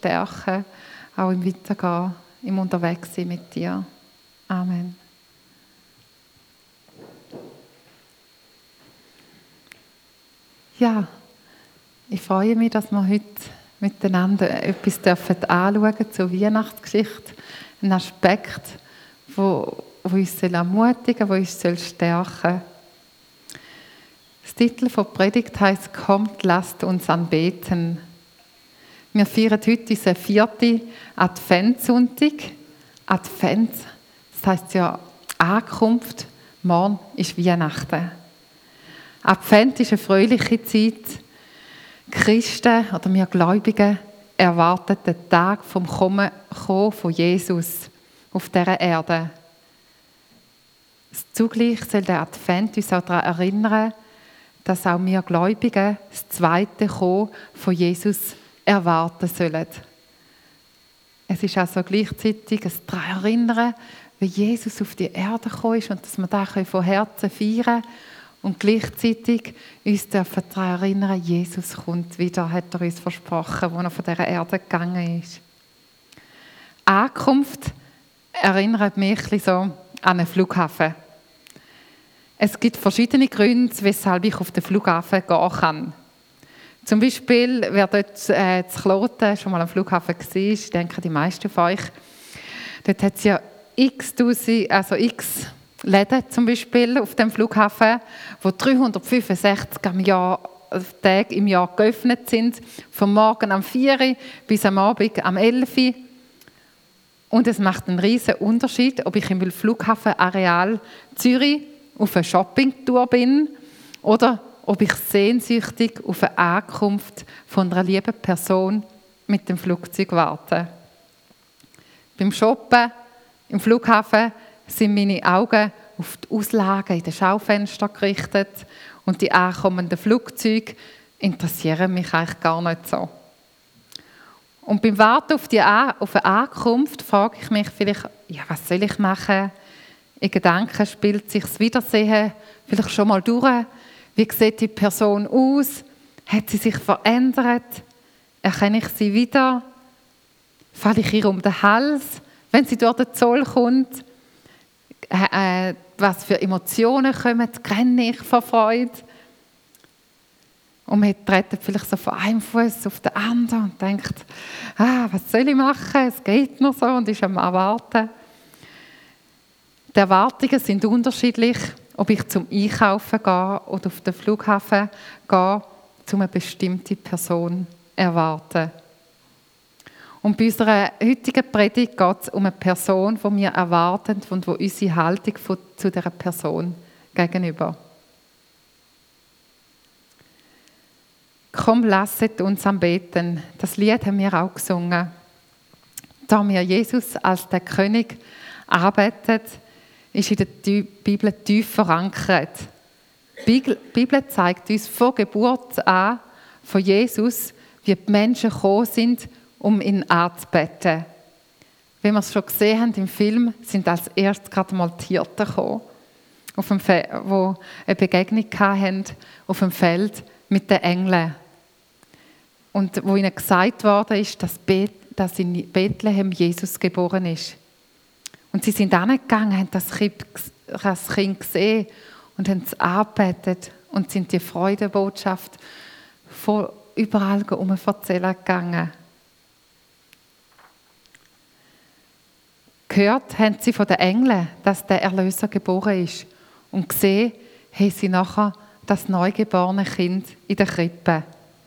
stärken, auch im Weitergehen, im Unterwegssein mit dir. Amen. Ja, ich freue mich, dass wir heute miteinander etwas anschauen dürfen zur Weihnachtsgeschichte. Ein Aspekt, der uns ermutigen soll, der uns stärken soll. Das Titel der Predigt heisst «Kommt, lasst uns anbeten». Wir feiern heute unseren 4. Adventssonntag. Advent, das heisst ja Ankunft, morgen ist Weihnachten. Advent ist eine fröhliche Zeit. Christen oder wir Gläubigen erwarten den Tag vom Kommen von Jesus auf dieser Erde. Zugleich soll der Advent uns auch daran erinnern, dass auch wir Gläubigen das zweite Kommen von Jesus erwarten sollen. Es ist also gleichzeitig ein daran erinnern, wie Jesus auf die Erde gekommen ist und dass wir das von Herzen feiern können. Und gleichzeitig uns daran erinnern, Jesus kommt wieder, hat er uns versprochen, als er von dieser Erde gegangen ist. Ankunft erinnert mich ein bisschen so an einen Flughafen. Es gibt verschiedene Gründe, weshalb ich auf den Flughafen gehen kann. Zum Beispiel, wer dort zu Kloten schon mal am Flughafen war, ich denke, die meisten von euch, dort hat es ja x Läden zum Beispiel auf dem Flughafen, wo 365 Tage im Jahr geöffnet sind, vom Morgen am 4 Uhr bis am Abend am 11 Uhr. Und es macht einen riesen Unterschied, ob ich im Flughafenareal Zürich auf eine Shoppingtour bin oder ob ich sehnsüchtig auf eine Ankunft von einer lieben Person mit dem Flugzeug warte. Beim Shoppen im Flughafen sind meine Augen auf die Auslagen in den Schaufenstern gerichtet und die ankommenden Flugzeuge interessieren mich eigentlich gar nicht so. Und beim Warten auf eine Ankunft frage ich mich vielleicht, ja, was soll ich machen? In Gedanken spielt sich das Wiedersehen vielleicht schon mal durch. Wie sieht die Person aus? Hat sie sich verändert? Erkenne ich sie wieder? Falle ich ihr um den Hals, wenn sie durch den Zoll kommt? Was für Emotionen kommen? Renne ich vor Freude? Und man tritt vielleicht so von einem Fuß auf den anderen und denkt, was soll ich machen? Es geht noch so und ist am Erwarten. Die Erwartungen sind unterschiedlich, ob ich zum Einkaufen gehe oder auf den Flughafen gehe, um eine bestimmte Person zu erwarten. Und bei unserer heutigen Predigt geht es um eine Person, die wir erwarten und wo unsere Haltung zu dieser Person gegenüber. Komm, lasset uns anbeten. Das Lied haben wir auch gesungen. Da wir Jesus als der König arbeitet, ist in der Bibel tief verankert. Die Bibel zeigt uns von Geburt an von Jesus, wie die Menschen gekommen sind, um ihn anzubeten. Wie wir es schon gesehen haben im Film, sind als erstes gerade mal die Hirten gekommen, die eine Begegnung hatten auf dem Feld mit den Engeln. Und wo ihnen gesagt worden ist, dass in Bethlehem Jesus geboren ist. Und sie sind hingegangen, haben das Kind gesehen und haben es angebetet und sind die Freudebotschaft von überall erzählen gegangen. Gehört haben sie von den Engeln, dass der Erlöser geboren ist. Und gesehen haben sie nachher das neugeborene Kind in der Krippe.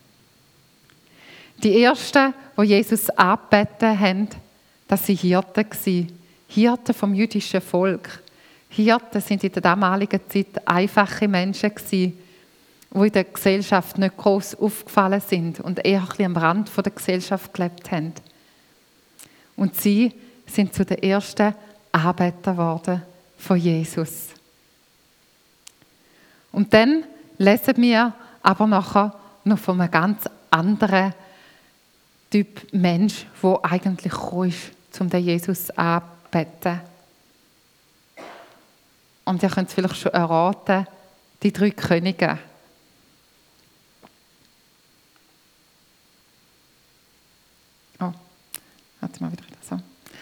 Die Ersten, die Jesus angebeten haben, das waren Hirten. Hirten vom jüdischen Volk. Hirten sind in der damaligen Zeit einfache Menschen, die in der Gesellschaft nicht gross aufgefallen sind und eher ein bisschen am Rand der Gesellschaft gelebt haben. Und sie sind zu den ersten Anbetern geworden von Jesus. Und dann lesen wir aber nachher noch von einem ganz anderen Typ Mensch, der eigentlich gekommen ist, um den Jesus anzubeten. Und ihr könnt es vielleicht schon erraten, die 3 Könige. Oh, Warte mal wieder so.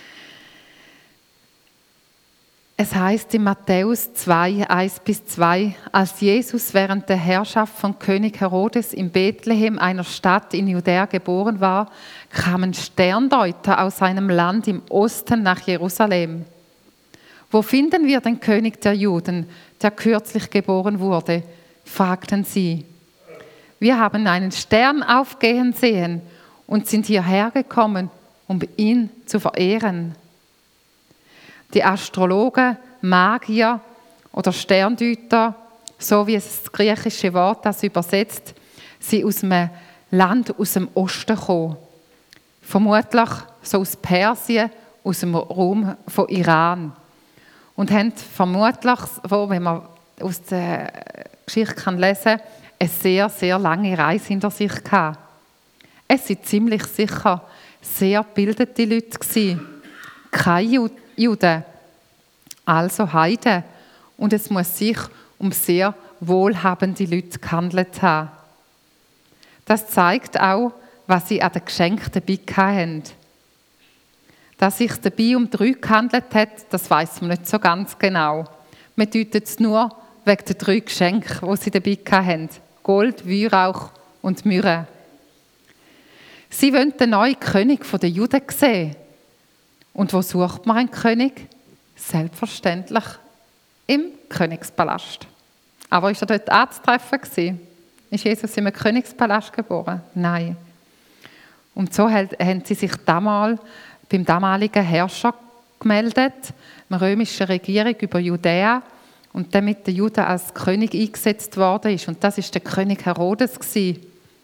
Es heißt in Matthäus 2, 1-2, als Jesus während der Herrschaft von König Herodes in Bethlehem, einer Stadt in Judäa, geboren war, kamen Sterndeuter aus seinem Land im Osten nach Jerusalem. Wo finden wir den König der Juden, der kürzlich geboren wurde? Fragten sie. Wir haben einen Stern aufgehen sehen und sind hierher gekommen, um ihn zu verehren. Die Astrologen, Magier oder Sterndeuter, so wie es das griechische Wort das übersetzt, sind aus einem Land aus dem Osten gekommen. Vermutlich so aus Persien, aus dem Raum von Iran. Und haben vermutlich, wenn man aus der Geschichte lesen kann, eine sehr, sehr lange Reise hinter sich gehabt. Es waren ziemlich sicher sehr gebildete Leute gewesen. Keine Juden, also Heiden. Und es muss sich um sehr wohlhabende Leute gehandelt haben. Das zeigt auch, was sie an den Geschenken dabei hatten. Dass es sich dabei um 3 gehandelt hat, das weiss man nicht so ganz genau. Man deutet es nur wegen den 3 Geschenken, die sie dabei hatten. Gold, Weihrauch und Myrrhe. Sie wollen den neuen König der Juden sehen. Und wo sucht man einen König? Selbstverständlich im Königspalast. Aber ist er dort anzutreffen gewesen? Ist Jesus in einem Königspalast geboren? Nein. Und so haben sie sich damals beim damaligen Herrscher gemeldet, der römischen Regierung über Judäa, und dann mit den Juden als König eingesetzt worden ist. Und das war der König Herodes gewesen.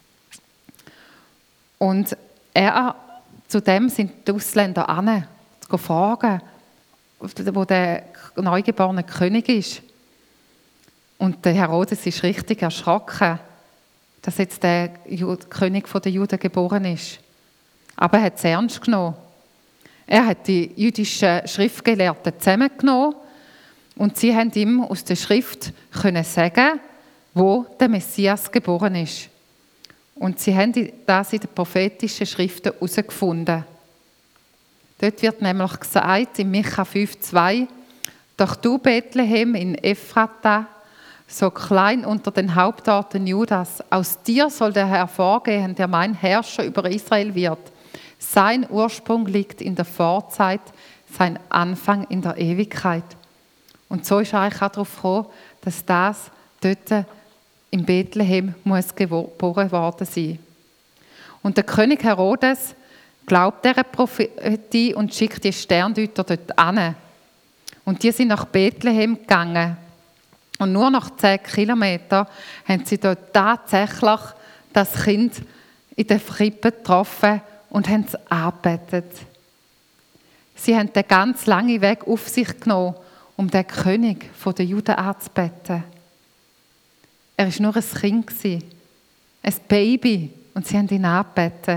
Und zu dem sind die Ausländer hin, zu fragen, wo der neugeborene König ist. Und der Herodes ist richtig erschrocken, dass jetzt der König der Juden geboren ist. Aber er hat es ernst genommen. Er hat die jüdischen Schriftgelehrten zusammengenommen und sie haben ihm aus der Schrift können sagen, wo der Messias geboren ist. Und sie haben das in den prophetischen Schriften herausgefunden. Dort wird nämlich gesagt, in Micha 5,2, doch du, Bethlehem in Ephrata, so klein unter den Hauptorten Judas, aus dir soll der hervorgehen, der mein Herrscher über Israel wird. Sein Ursprung liegt in der Vorzeit, sein Anfang in der Ewigkeit. Und so ist er eigentlich auch darauf gekommen, dass das dort in Bethlehem muss geboren worden sein. Und der König Herodes glaubt dieser Prophetie und schickt die Sterndeuter dort an. Und die sind nach Bethlehem gegangen. Und nur nach 10 Kilometern haben sie dort tatsächlich das Kind in der Krippe getroffen und haben es angebetet. Sie haben den ganz langen Weg auf sich genommen, um den König der Juden anzubeten. Er war nur ein Kind, ein Baby, und sie haben ihn angebeten.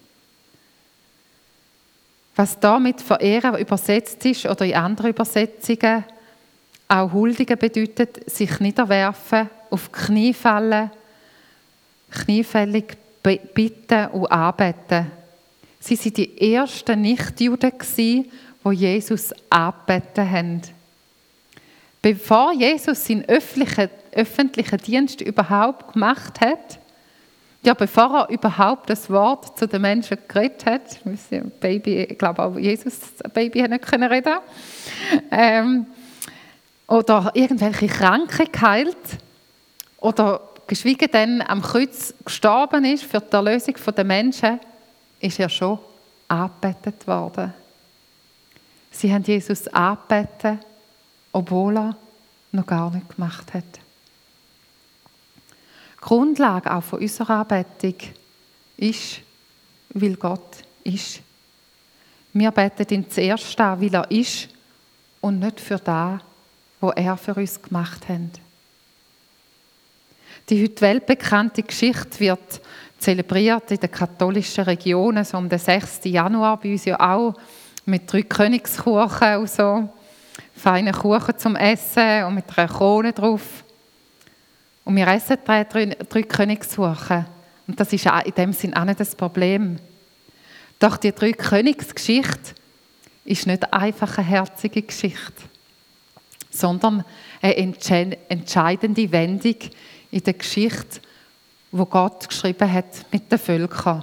Was da mit Verehren übersetzt ist, oder in anderen Übersetzungen, auch Huldigen bedeutet, sich niederwerfen, auf die Knie fallen, kniefällig bitten und anbeten. Sie waren die ersten Nichtjuden, die Jesus angebeten haben. Bevor Jesus seinen öffentlichen Dienst überhaupt gemacht hat, ja, bevor er überhaupt das Wort zu den Menschen geredet hat, Baby, ich glaube auch Jesus, das Baby hat nicht reden können, oder irgendwelche Kranken geheilt, oder geschweige denn am Kreuz gestorben ist für die Erlösung der Menschen, ist er schon angebetet worden. Sie haben Jesus angebeten, obwohl er noch gar nicht gemacht hat. Die Grundlage auch von unserer Anbetung ist, weil Gott ist. Wir beten ihn zuerst an, weil er ist und nicht für das, was er für uns gemacht hat. Die heute weltbekannte Geschichte wird zelebriert in den katholischen Regionen, so um den 6. Januar, bei uns ja auch, mit 3 Königskuchen und so, feinen Kuchen zum Essen und mit einer Krone drauf. Und wir essen 3 Königskuchen. Und das ist in dem Sinn auch nicht das Problem. Doch die 3 Königsgeschichte ist nicht einfach eine herzige Geschichte, sondern eine entscheidende Wendung in der Geschichte, wo Gott geschrieben hat mit den Völkern.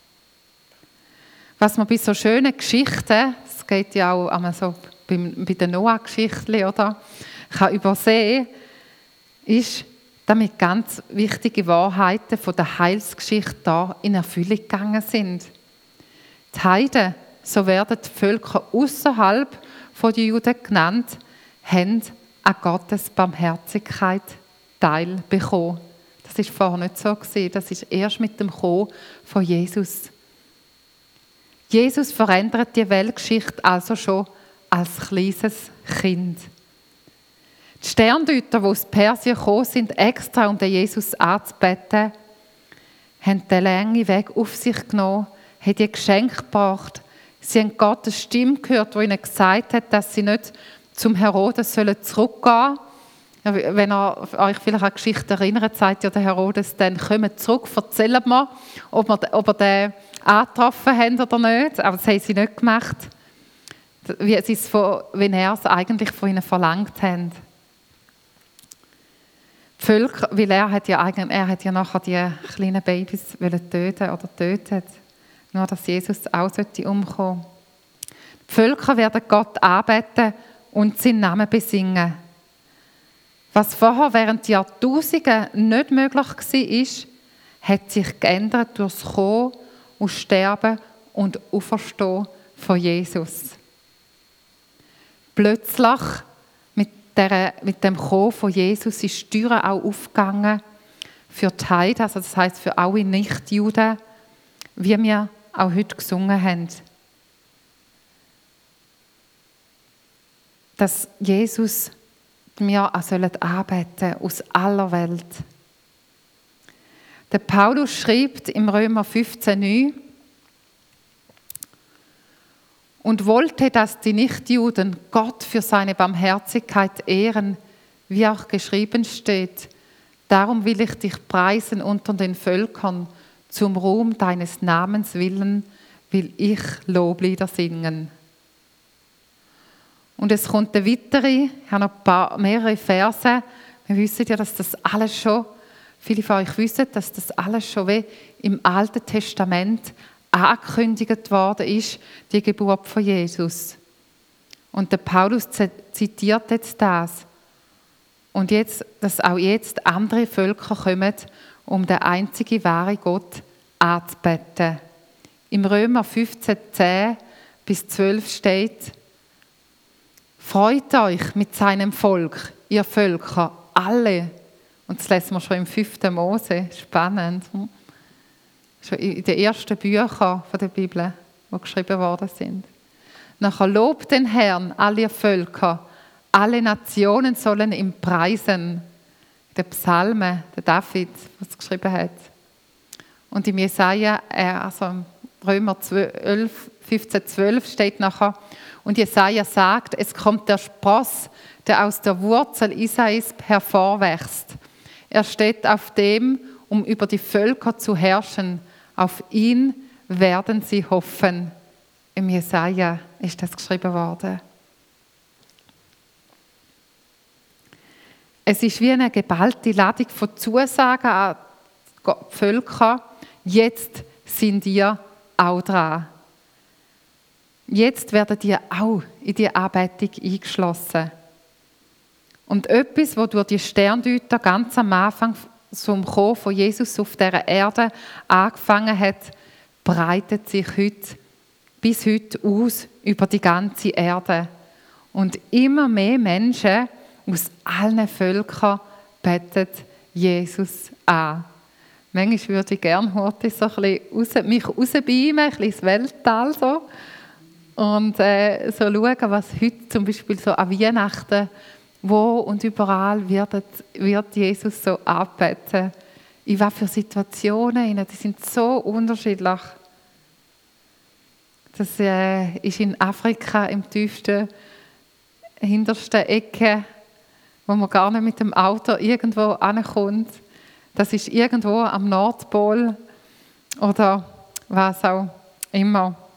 Was man bei so schönen Geschichten, es geht ja auch einmal so bei den Noah-Geschichten, oder, kann übersehen, ist, damit ganz wichtige Wahrheiten von der Heilsgeschichte da in Erfüllung gegangen sind. Die Heiden, so werden die Völker außerhalb von den Juden genannt, haben an Gottes Barmherzigkeit teilbekommen. Das war vorher nicht so gewesen. Das ist erst mit dem Kommen von Jesus. Jesus verändert die Weltgeschichte also schon als kleines Kind. Die Sterndeuter, die aus Persien gekommen sind, extra um den Jesus anzubeten, haben den langen Weg auf sich genommen, haben ihr Geschenk gebracht. Sie haben Gottes Stimme gehört, die ihnen gesagt hat, dass sie nicht zum Herodes zurückgehen sollen. Wenn ihr euch vielleicht an die Geschichte erinnert, sagt ja der Herodes, dann kommt zurück, erzählt mir, ob ihr den angetroffen haben oder nicht. Aber das haben sie nicht gemacht, wie er es eigentlich von ihnen verlangt hat. Die Völker, weil er hat ja nachher die kleinen Babys töten oder tötet. Nur, dass Jesus auch umkommen sollte. Die Völker werden Gott anbeten und seinen Namen besingen. Was vorher während Jahrtausenden nicht möglich war, hat sich geändert durch das Kommen und Sterben und Auferstehen von Jesus. Plötzlich, mit dem Kommen von Jesus, ist die Tür auch aufgegangen für die Heiden, also das heisst für alle Nichtjuden, wie wir auch heute gesungen haben. Dass Jesus wir auch anbeten aus aller Welt. Der Paulus schreibt im Römer 15,9: Und wollte, dass die Nichtjuden Gott für seine Barmherzigkeit ehren, wie auch geschrieben steht: Darum will ich dich preisen unter den Völkern, zum Ruhm deines Namens willen will ich Loblieder singen. Und es kommt eine weitere, ich habe noch mehrere Verse. Wir wissen ja, dass das alles schon, viele von euch wissen, dass das alles schon wie im Alten Testament angekündigt worden ist, die Geburt von Jesus. Und der Paulus zitiert jetzt das. Und jetzt, dass auch jetzt andere Völker kommen, um den einzigen wahren Gott anzubeten. Im Römer 15,10-12 steht: Freut euch mit seinem Volk, ihr Völker, alle. Und das lesen wir schon im 5. Mose. Spannend. Schon in den ersten Büchern der Bibel, die geschrieben worden sind. Nachher lobt den Herrn, alle Völker, alle Nationen sollen ihn preisen. Der Psalmen, der David, was es geschrieben hat. Und im Jesaja, also im Römer 15,12 steht nachher: Und Jesaja sagt, es kommt der Spross, der aus der Wurzel Isais hervorwächst. Er steht auf dem, um über die Völker zu herrschen. Auf ihn werden sie hoffen. Im Jesaja ist das geschrieben worden. Es ist wie eine geballte Ladung von Zusagen an die Völker. Jetzt sind ihr auch dran. Jetzt werden die auch in die Anbetung eingeschlossen. Und etwas, was durch die Sterndeuter ganz am Anfang zum Kommen von Jesus auf dieser Erde angefangen hat, breitet sich bis heute aus über die ganze Erde. Und immer mehr Menschen aus allen Völkern beten Jesus an. Manchmal würde ich gerne heute so ein bisschen mich rausbeamen, ein bisschen ins Weltall so. Und so schauen, was heute zum Beispiel so an Weihnachten, wo und überall wird Jesus so angebeten. In was für Situationen, die sind so unterschiedlich. Das ist in Afrika im tiefsten, hintersten Ecke, wo man gar nicht mit dem Auto irgendwo ankommt. Das ist irgendwo am Nordpol oder was auch immer.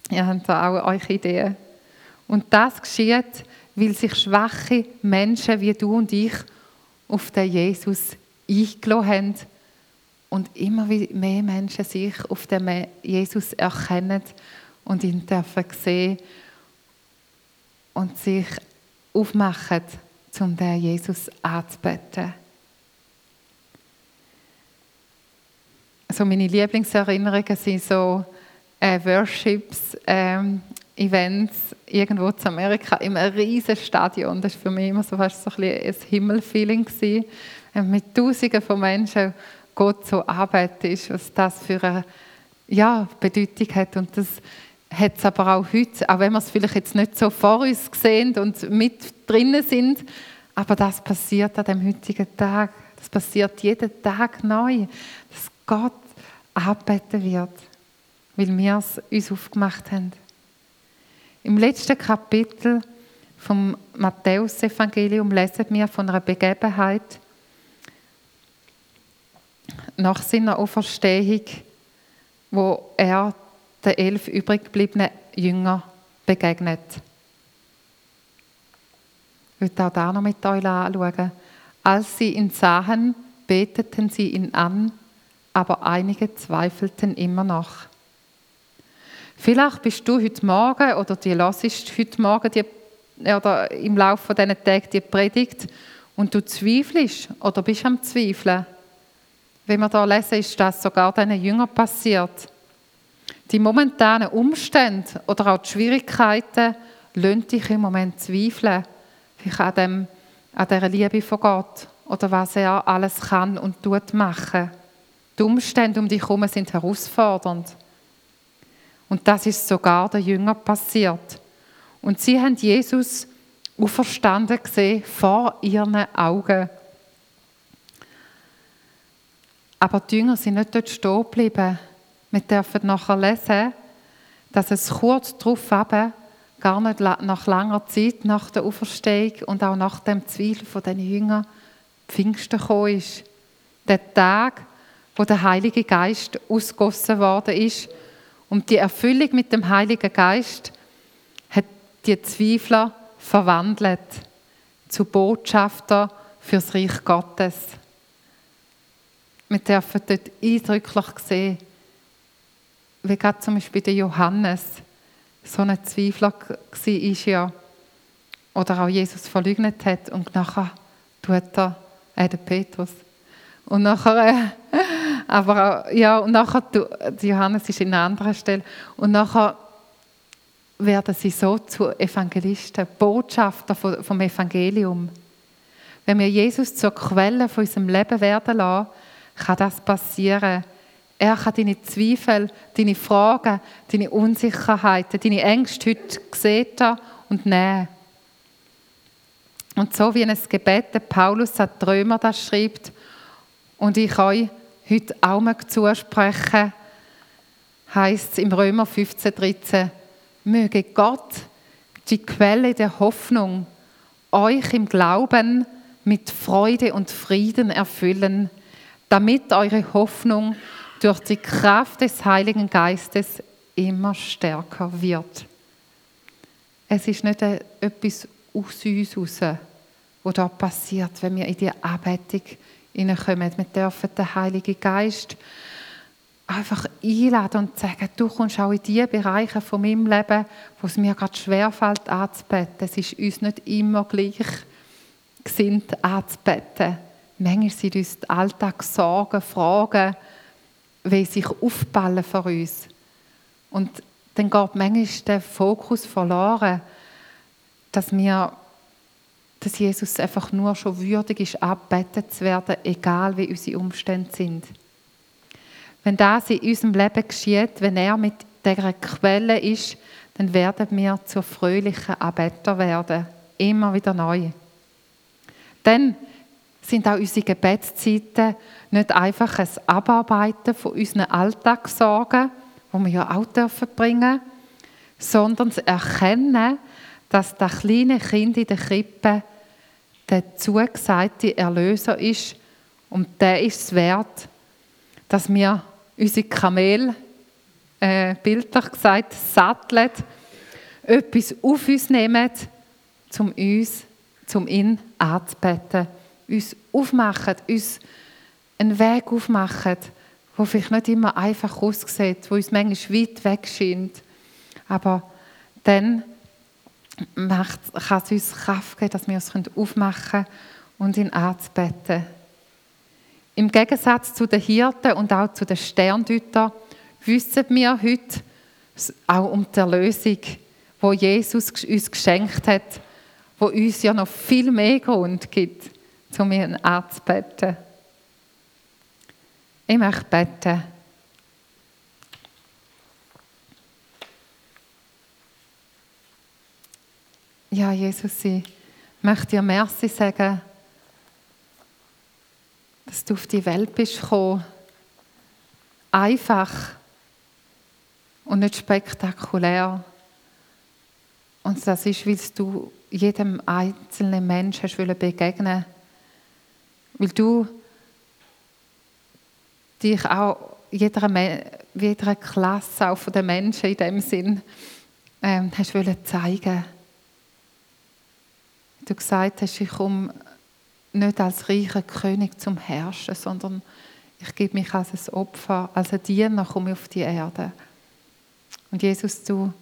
Ihr habt da auch eure Ideen. Und das geschieht, weil sich schwache Menschen wie du und ich auf den Jesus eingelassen haben und immer mehr Menschen sich auf den Jesus erkennen und ihn dürfen sehen und sich aufmachen, um den Jesus anzubeten. Also meine Lieblingserinnerungen sind so Worships, Events irgendwo in Amerika in einem riesen Stadion. Das war für mich immer so fast so ein Himmelfeeling gewesen. Mit Tausenden von Menschen Gott so arbeitet, was das für eine Bedeutung hat. Und das hat es aber auch heute, auch wenn wir es vielleicht jetzt nicht so vor uns sehen und mit drinnen sind, aber das passiert an dem heutigen Tag. Das passiert jeden Tag neu, dass Gott angebeten wird, weil wir es uns aufgemacht haben. Im letzten Kapitel vom Matthäus-Evangelium lesen wir von einer Begebenheit nach seiner Auferstehung, wo er den 11 übrig gebliebenen Jüngern begegnet. Ich will auch da noch mit euch anschauen. Als sie ihn sahen, beteten sie ihn an, aber einige zweifelten immer noch. Vielleicht bist du heute Morgen oder du hörst heute Morgen oder im Laufe dieser Tage die Predigt und du zweifelst oder bist am Zweifeln. Wenn wir hier lesen, ist das sogar diesen Jüngern passiert. Die momentanen Umstände oder auch die Schwierigkeiten lassen dich im Moment zweifeln. Vielleicht an dieser Liebe von Gott oder was er alles kann und tut machen. Die Umstände um dich herum sind herausfordernd. Und das ist sogar den Jüngern passiert. Und sie haben Jesus auferstanden gesehen vor ihren Augen. Aber die Jünger sind nicht dort stehen geblieben. Wir dürfen nachher lesen, dass es kurz darauf gar nicht nach langer Zeit, nach der Auferstehung und auch nach dem Zweifel von den Jüngern, Pfingsten gekommen ist. Der Tag, wo der Heilige Geist ausgegossen worden ist. Und die Erfüllung mit dem Heiligen Geist hat die Zweifler verwandelt zu Botschafter für das Reich Gottes. Wir dürfen dort eindrücklich sehen, wie gerade zum Beispiel der Johannes so ein Zweifler war oder auch Jesus verleugnet hat und nachher tut er, der Petrus. Und nachher, und nachher, Johannes ist in einer anderen Stelle, und nachher werden sie so zu Evangelisten, Botschafter vom Evangelium. Wenn wir Jesus zur Quelle von unserem Leben werden lassen, kann das passieren. Er kann deine Zweifel, deine Fragen, deine Unsicherheiten, deine Ängste heute sehen und nehmen. Und so wie ein Gebet der Paulus an die Römer das schreibt, und ich euch heute auch mal zusprechen, heisst es im Römer 15,13, möge Gott, die Quelle der Hoffnung, euch im Glauben mit Freude und Frieden erfüllen, damit eure Hoffnung durch die Kraft des Heiligen Geistes immer stärker wird. Es ist nicht etwas aus uns heraus, was da passiert, wenn wir in die Anbetung hineinkommen. Wir dürfen den Heiligen Geist einfach einladen und sagen, du kommst auch in die Bereiche von meinem Leben, wo es mir gerade schwerfällt anzubeten. Es ist uns nicht immer gleich gesinnt anzubeten. Manchmal sind uns die Alltagssorgen, Fragen, wie sich aufballen für uns. Und dann geht manchmal der Fokus verloren, dass Jesus einfach nur schon würdig ist, angebetet zu werden, egal wie unsere Umstände sind. Wenn das in unserem Leben geschieht, wenn er mit dieser Quelle ist, dann werden wir zu fröhlichen Anbeter werden. Immer wieder neu. Dann sind auch unsere Gebetszeiten nicht einfach ein Abarbeiten von unseren Alltagssorgen, die wir ja auch bringen dürfen, sondern das Erkennen, dass das kleine Kind in der Krippe der zugesagte Erlöser ist und der ist es wert, dass wir unsere Kamel bildlich gesagt, sattelt, etwas auf uns nehmen, um ihn anzubeten, uns aufmachen, uns einen Weg aufmachen, der vielleicht nicht immer einfach aussieht, wo uns manchmal weit weg scheint. Aber dann kann es uns Kraft geben, dass wir uns aufmachen können und ihn anzubeten. Im Gegensatz zu den Hirten und auch zu den Sterndeutern wissen wir heute auch um die Erlösung, die Jesus uns geschenkt hat, wo uns ja noch viel mehr Grund gibt, um ihn anzubeten. Ich möchte beten. Ja, Jesus, ich möchte dir Merci sagen, dass du auf die Welt bist gekommen. Einfach und nicht spektakulär. Und das ist, weil du jedem einzelnen Menschen begegnen wolltest. Weil du dich auch jeder Klasse auch von den Menschen in dem Sinn hast zeigen. Du gesagt hast, ich komme nicht als reicher König zum Herrschen, sondern ich gebe mich als ein Opfer, als ein Diener komme ich auf die Erde. Und Jesus, du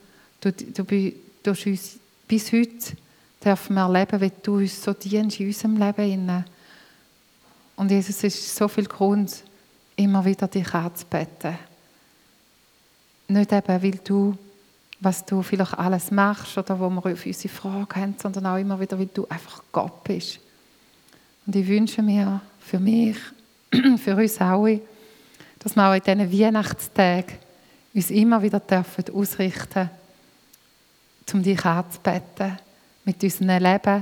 uns bis heute dürfen wir erleben, wie du uns so dienst in unserem Leben. Und Jesus, es ist so viel Grund, immer wieder dich anzubeten. Nicht eben, weil du, was du vielleicht alles machst oder wo wir auf unsere Frage haben, sondern auch immer wieder, weil du einfach Gott bist. Und ich wünsche mir für mich, für uns alle, dass wir auch in diesen Weihnachtstagen uns immer wieder ausrichten dürfen, um dich anzubeten, mit unserem Leben,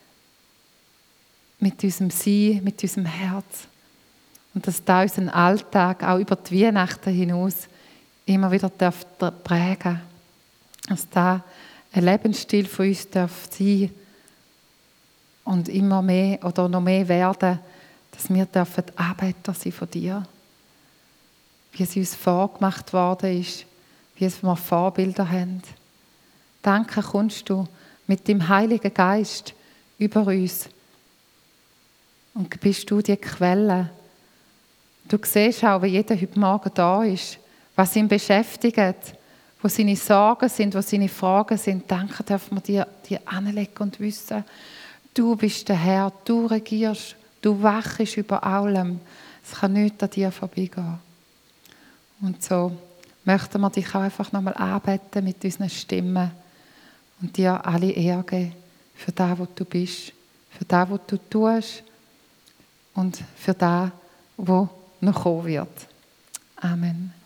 mit unserem Sein, mit unserem Herz. Und dass da unseren Alltag auch über die Weihnachten hinaus immer wieder prägen darf. Dass da ein Lebensstil von uns darf sein und immer mehr oder noch mehr werden, dass wir Arbeiter sein von dir. Wie es uns vorgemacht worden ist, wie es wir Vorbilder haben. Danke, kommst du mit dem Heiligen Geist über uns und bist du die Quelle. Du siehst auch, wie jeder heute Morgen da ist, was ihn beschäftigt, wo seine Sorgen sind, wo seine Fragen sind. Danke, dürfen wir dir anlegen und wissen, du bist der Herr, du regierst, du wachst über allem. Es kann nichts an dir vorbeigehen. Und so möchten wir dich auch einfach nochmal anbeten mit unseren Stimmen und dir alle Ehre geben für das, was du bist, für das, was du tust und für das, was noch kommen wird. Amen.